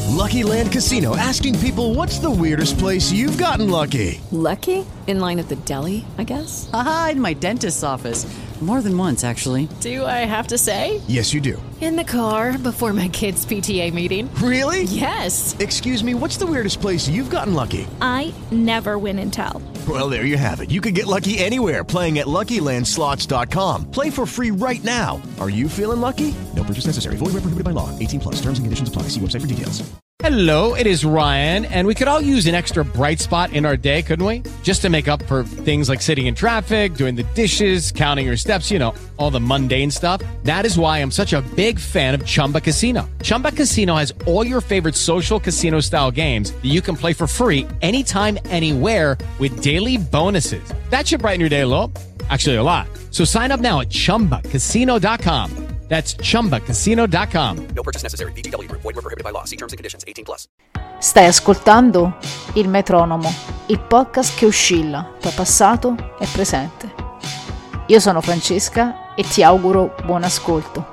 Lucky Land Casino, asking people, what's the weirdest place you've gotten lucky? Lucky? In line at the deli, I guess? Aha, in my dentist's office. More than once, actually. Do I have to say? Yes, you do. In the car before my kids' PTA meeting. Really? Yes. Excuse me, what's the weirdest place you've gotten lucky? I never win and tell. Well, there you have it. You can get lucky anywhere, playing at LuckyLandSlots.com. Play for free right now. Are you feeling lucky? No purchase necessary. Void where prohibited by law. 18 plus. Terms and conditions apply. See website for details. Hello, it is Ryan, and we could all use an extra bright spot in our day, couldn't we? Just to make up for things like sitting in traffic, doing the dishes, counting your steps, you know, all the mundane stuff. That is why I'm such a big fan of Chumba Casino. Chumba Casino has all your favorite social casino-style games that you can play for free anytime, anywhere with daily bonuses. That should brighten your day a little. Actually, a lot. So sign up now at ChumbaCasino.com. That's ChumbaCasino.com. No purchase necessary. VGW Group. Void where prohibited by law. See terms and conditions. 18 plus. Stai ascoltando Il Metronomo, il podcast che oscilla tra passato e presente. Io sono Francesca e ti auguro buon ascolto.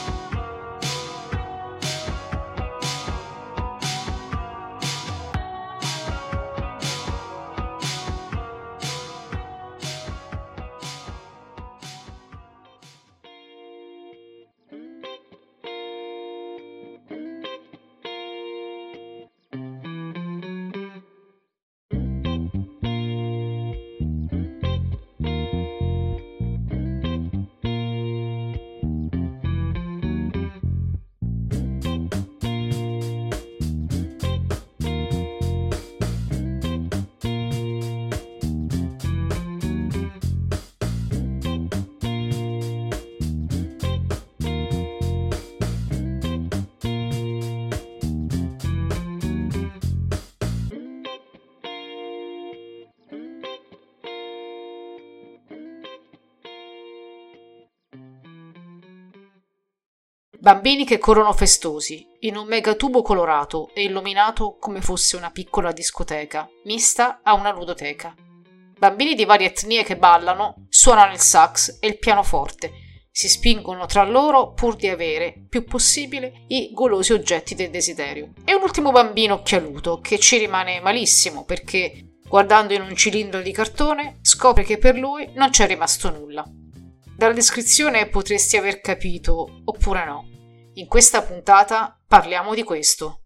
Bambini che corrono festosi, in un megatubo colorato e illuminato come fosse una piccola discoteca, mista a una ludoteca. Bambini di varie etnie che ballano, suonano il sax e il pianoforte, si spingono tra loro pur di avere, più possibile, i golosi oggetti del desiderio. E un ultimo bambino occhialuto che ci rimane malissimo perché, guardando in un cilindro di cartone, scopre che per lui non c'è rimasto nulla. Dalla descrizione potresti aver capito, oppure no. In questa puntata parliamo di questo.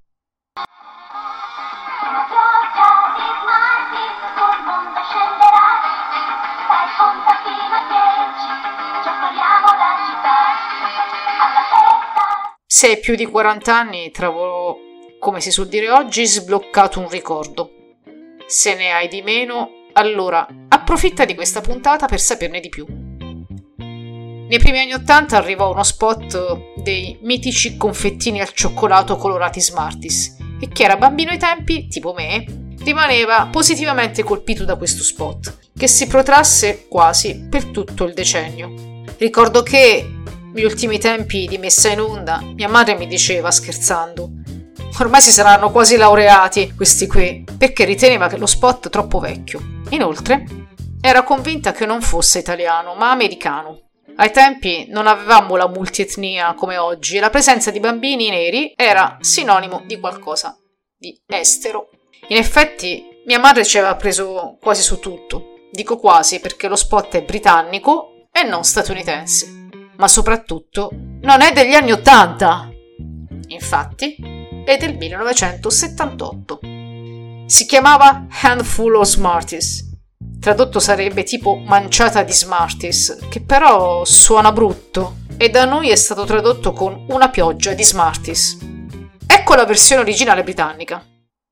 Se hai più di 40 anni, trovo, come si suol dire oggi, sbloccato un ricordo. Se ne hai di meno, allora approfitta di questa puntata per saperne di più. Nei primi anni '80 arrivò uno spot dei mitici confettini al cioccolato colorati Smarties e chi era bambino ai tempi, tipo me, rimaneva positivamente colpito da questo spot, che si protrasse quasi per tutto il decennio. Ricordo che, negli ultimi tempi di messa in onda, mia madre mi diceva, scherzando, ormai si saranno quasi laureati questi qui, perché riteneva che lo spot troppo vecchio. Inoltre, era convinta che non fosse italiano, ma americano. Ai tempi non avevamo la multietnia come oggi e la presenza di bambini neri era sinonimo di qualcosa di estero. In effetti, mia madre ci aveva preso quasi su tutto. Dico quasi perché lo spot è britannico e non statunitense. Ma soprattutto non è degli anni '80. Infatti, è del 1978. Si chiamava Handful of Smarties. Tradotto sarebbe tipo manciata di Smarties, che però suona brutto, e da noi è stato tradotto con una pioggia di Smarties. Ecco la versione originale britannica.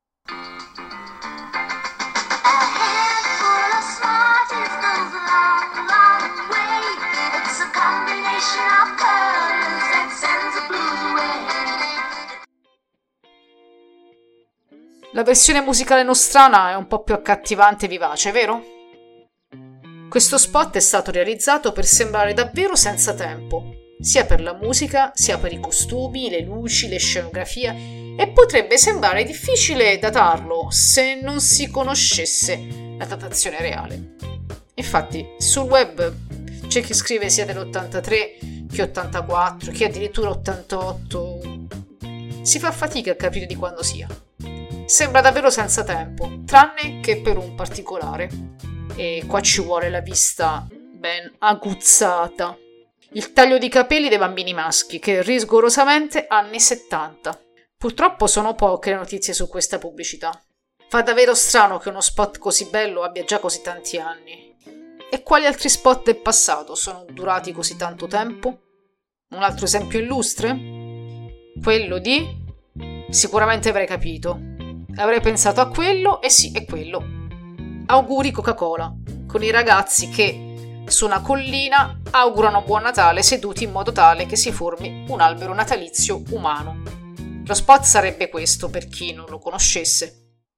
La versione musicale nostrana è un po' più accattivante e vivace, vero? Questo spot è stato realizzato per sembrare davvero senza tempo, sia per la musica, sia per i costumi, le luci, le scenografie, e potrebbe sembrare difficile datarlo se non si conoscesse la datazione reale. Infatti, sul web c'è chi scrive sia dell'83 che 84, chi addirittura 88. si fa fatica a capire di quando sia. Sembra davvero senza tempo, tranne che per un particolare. E qua ci vuole la vista ben aguzzata. Il taglio di capelli dei bambini maschi, che rigorosamente anni 70. Purtroppo sono poche le notizie su questa pubblicità. Fa davvero strano che uno spot così bello abbia già così tanti anni. E quali altri spot del passato sono durati così tanto tempo? Un altro esempio illustre? Quello di... Sicuramente avrei capito. Avrei pensato a quello, e sì, è quello. Auguri Coca-Cola, con i ragazzi che su una collina augurano buon Natale seduti in modo tale che si formi un albero natalizio umano. Lo spot sarebbe questo per chi non lo conoscesse.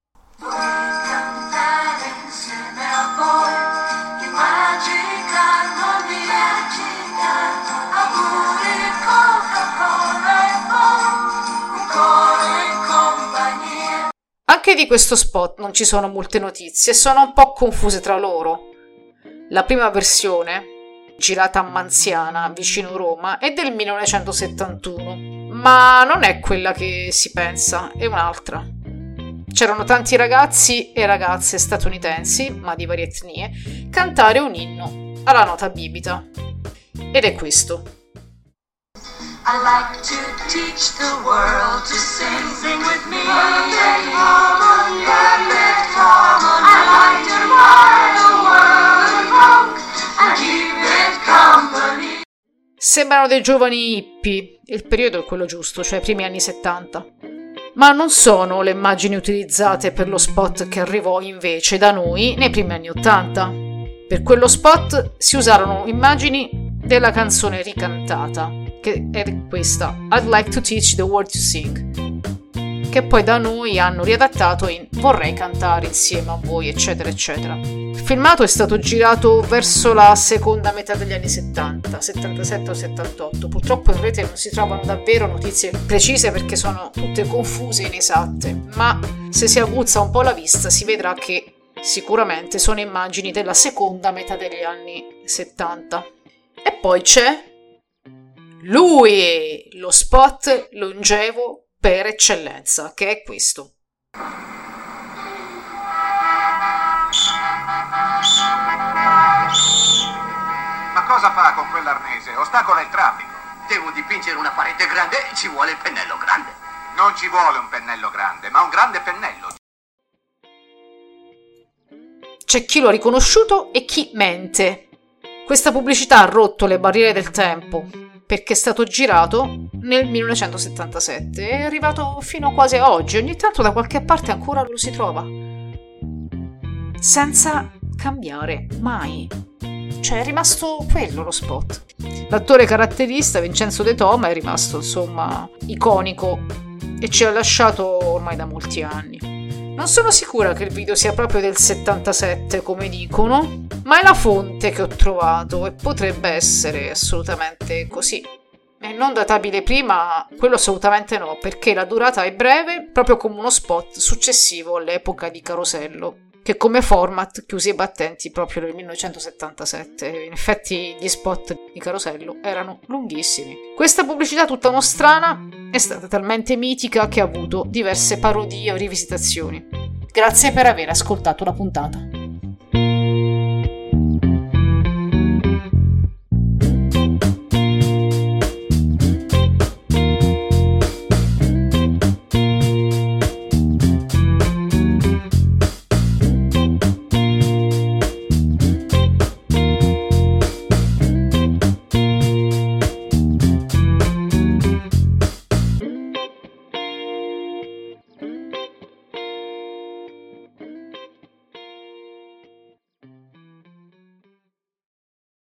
Anche di questo spot non ci sono molte notizie, sono un po' confuse tra loro. La prima versione, girata a Manziana, vicino Roma, è del 1971, ma non è quella che si pensa, è un'altra. C'erano tanti ragazzi e ragazze statunitensi, ma di varie etnie, cantare un inno alla nota bibita. Ed è questo. I like to teach the world to sing, sing with me. Perfect harmony, perfect harmony. I like to ride the world rock and keep it company. Sembrano dei giovani hippie, il periodo è quello giusto, cioè i primi anni 70. Ma non sono le immagini utilizzate per lo spot che arrivò invece da noi nei primi anni 80. Per quello spot si usarono immagini della canzone ricantata, che è questa, I'd like to teach the world to sing, che poi da noi hanno riadattato in vorrei cantare insieme a voi, eccetera, eccetera. Il filmato è stato girato verso la seconda metà degli anni 70, 77 o 78. Purtroppo in rete non si trovano davvero notizie precise perché sono tutte confuse e inesatte, ma se si aguzza un po' la vista si vedrà che sicuramente sono immagini della seconda metà degli anni 70. E poi c'è lui, lo spot longevo per eccellenza, che è questo. Ma cosa fa con quell'arnese? Ostacola il traffico. Devo dipingere una parete grande e ci vuole il pennello grande. Non ci vuole un pennello grande, ma un grande pennello. C'è chi lo ha riconosciuto e chi mente. Questa pubblicità ha rotto le barriere del tempo, perché è stato girato nel 1977 e è arrivato fino quasi a oggi. Ogni tanto da qualche parte ancora lo si trova. Senza cambiare, mai. Cioè è rimasto quello lo spot. L'attore caratterista Vincenzo De Toma è rimasto insomma iconico e ci ha lasciato ormai da molti anni. Non sono sicura che il video sia proprio del 77 come dicono, ma è la fonte che ho trovato e potrebbe essere assolutamente così. E non databile prima, quello assolutamente no, perché la durata è breve, proprio come uno spot successivo all'epoca di Carosello, che come format chiuse i battenti proprio nel 1977. In effetti gli spot di Carosello erano lunghissimi. Questa pubblicità tutta nostrana è stata talmente mitica che ha avuto diverse parodie o rivisitazioni. Grazie per aver ascoltato la puntata.